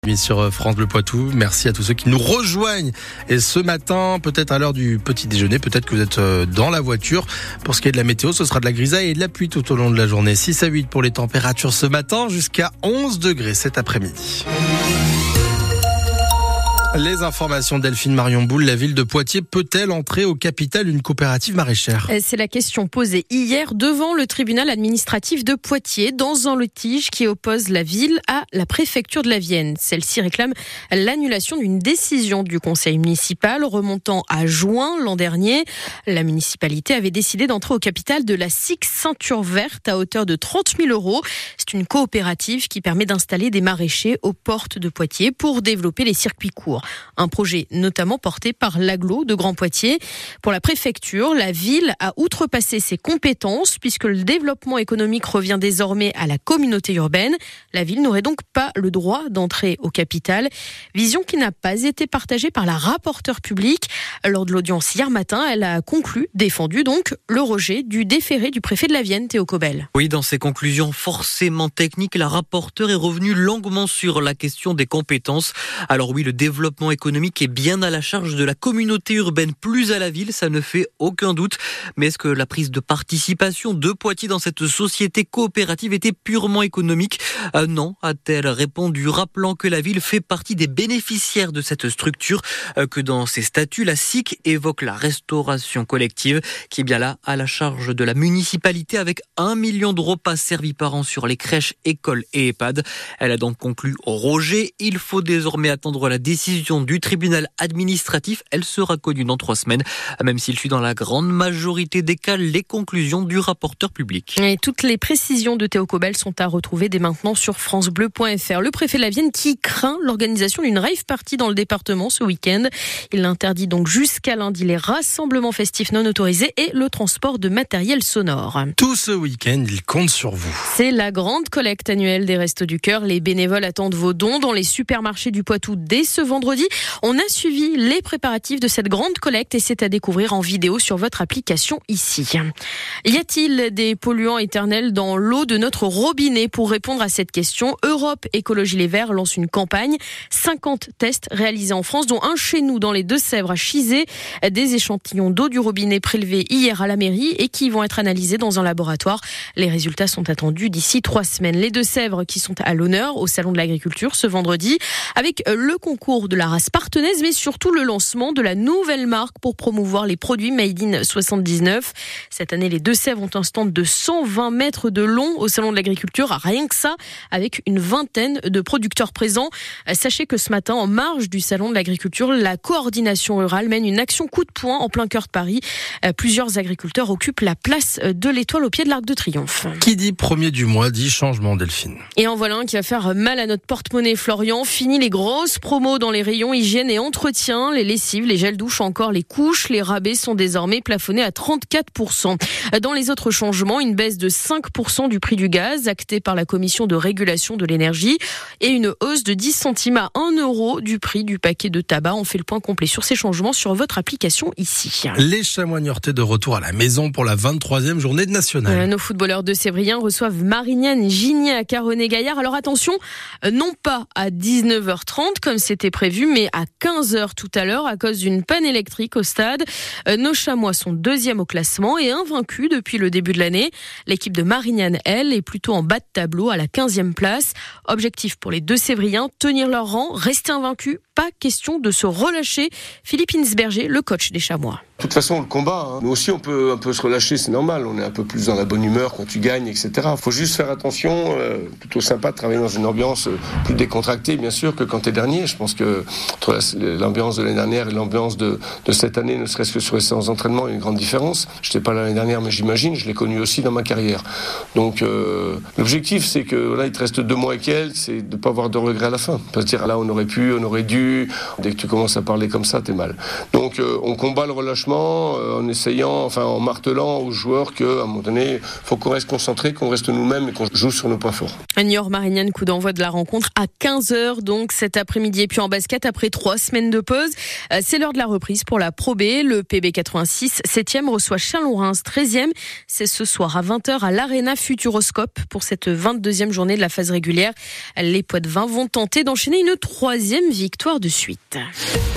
Sur France Bleu Poitou, merci à tous ceux qui nous rejoignent. Et ce matin, peut-être à l'heure du petit déjeuner, peut-être que vous êtes dans la voiture. Pour ce qui est de la météo, ce sera de la grisaille et de la pluie tout au long de la journée. 6 à 8 pour les températures ce matin, jusqu'à 11 degrés cet après-midi. Les informations Delphine Marion Boule, la ville de Poitiers peut-elle entrer au capital d'une coopérative maraîchère ? C'est la question posée hier devant le tribunal administratif de Poitiers dans un litige qui oppose la ville à la préfecture de la Vienne. Celle-ci réclame l'annulation d'une décision du conseil municipal remontant à juin l'an dernier. La municipalité avait décidé d'entrer au capital de la SIC Ceinture Verte à hauteur de 30 000 €. C'est une coopérative qui permet d'installer des maraîchers aux portes de Poitiers pour développer les circuits courts. Un projet notamment porté par l'agglo de Grand Poitiers. Pour la préfecture, la ville a outrepassé ses compétences puisque le développement économique revient désormais à la communauté urbaine. La ville n'aurait donc pas le droit d'entrer au capital. Vision qui n'a pas été partagée par la rapporteure publique. Lors de l'audience hier matin, elle a défendu donc le rejet du déféré du préfet de la Vienne, Théo Cobel. Oui, dans ses conclusions forcément techniques, la rapporteure est revenue longuement sur la question des compétences. Alors oui, le développement économique est bien à la charge de la communauté urbaine, plus à la ville, ça ne fait aucun doute. Mais est-ce que la prise de participation de Poitiers dans cette société coopérative était purement économique ? Non, a-t-elle répondu, rappelant que la ville fait partie des bénéficiaires de cette structure, que dans ses statuts, la SIC évoque la restauration collective, qui est bien là à la charge de la municipalité, avec 1 million de repas servis par an sur les crèches, écoles et EHPAD. Elle a donc conclu au rejet. Il faut désormais attendre la décision du tribunal administratif. Elle sera connue dans 3 semaines, même s'il suit dans la grande majorité des cas les conclusions du rapporteur public. Et toutes les précisions de Théo Cobel sont à retrouver dès maintenant sur francebleu.fr. Le préfet de la Vienne qui craint l'organisation d'une rave party dans le département ce week-end. Il interdit donc jusqu'à lundi les rassemblements festifs non autorisés et le transport de matériel sonore. Tout ce week-end, il compte sur vous. C'est la grande collecte annuelle des Restos du Cœur. Les bénévoles attendent vos dons dans les supermarchés du Poitou dès ce vendredi. On a suivi les préparatifs de cette grande collecte et c'est à découvrir en vidéo sur votre application ici. Y a-t-il des polluants éternels dans l'eau de notre robinet ? Pour répondre à cette question, Europe Écologie Les Verts lance une campagne. 50 tests réalisés en France, dont un chez nous dans les Deux-Sèvres à Chizé. Des échantillons d'eau du robinet prélevés hier à la mairie et qui vont être analysés dans un laboratoire. Les résultats sont attendus d'ici 3 semaines. Les Deux-Sèvres qui sont à l'honneur au Salon de l'Agriculture ce vendredi avec le concours de la race partenaise, mais surtout le lancement de la nouvelle marque pour promouvoir les produits Made in 79. Cette année, les Deux-Sèvres ont un stand de 120 mètres de long au Salon de l'Agriculture, rien que ça, avec une vingtaine de producteurs présents. Sachez que ce matin, en marge du Salon de l'Agriculture, la coordination rurale mène une action coup de poing en plein cœur de Paris. Plusieurs agriculteurs occupent la place de l'Étoile au pied de l'Arc de Triomphe. Qui dit 1er du mois dit changement, Delphine. Et en voilà un qui va faire mal à notre porte-monnaie, Florian. Fini les grosses promos dans les rayons hygiène et entretien, les lessives, les gels douche, encore les couches. Les rabais sont désormais plafonnés à 34%. Dans les autres changements, une baisse de 5% du prix du gaz, actée par la Commission de régulation de l'énergie, et une hausse de 10 centimes à 1 € du prix du paquet de tabac. On fait le point complet sur ces changements sur votre application ici. Les chamois niortais de retour à la maison pour la 23e journée de nationale. Nos footballeurs de Sévrien reçoivent Marignane Gigné à Caronnet-Gaillard. Alors attention, non pas à 19h30 comme c'était prévu, mais à 15h tout à l'heure à cause d'une panne électrique au stade. Nos chamois sont 2e au classement et invaincus depuis le début de l'année. L'équipe de Marignane, elle, est plutôt en bas de tableau à la 15e place. Objectif pour les deux Sévriens, tenir leur rang, rester invaincus. Pas question de se relâcher. Philippe Insberger, le coach des chamois. De toute façon, le combat, nous aussi on peut un peu se relâcher, c'est normal, on est un peu plus dans la bonne humeur quand tu gagnes, etc. Il faut juste faire attention, plutôt sympa de travailler dans une ambiance plus décontractée, bien sûr, que quand t'es dernier. Je pense que entre l'ambiance de l'année dernière et l'ambiance de cette année, ne serait-ce que sur les séances d'entraînement, il y a une grande différence. Je n'étais pas là l'année dernière, mais j'imagine, je l'ai connu aussi dans ma carrière. Donc l'objectif, c'est que là, il te reste 2 mois et quelques, c'est de ne pas avoir de regrets à la fin. Pas se dire, là, on aurait pu, on aurait dû, Dès que tu commences à parler comme ça, t'es mal. Donc on combat le relâchement en martelant aux joueurs qu'à un moment donné, faut qu'on reste concentré, qu'on reste nous-mêmes et qu'on joue sur nos points forts. Niort-Marignane, coup d'envoi de la rencontre à 15h donc cet après-midi. Et puis en basket, après 3 semaines de pause, c'est l'heure de la reprise pour la Pro B. Le PB 86, 7e, reçoit Chalon-Reims, 13e. C'est ce soir à 20h à l'Arena Futuroscope pour cette 22e journée de la phase régulière. Les Poitevins vont tenter d'enchaîner une 3e victoire de suite.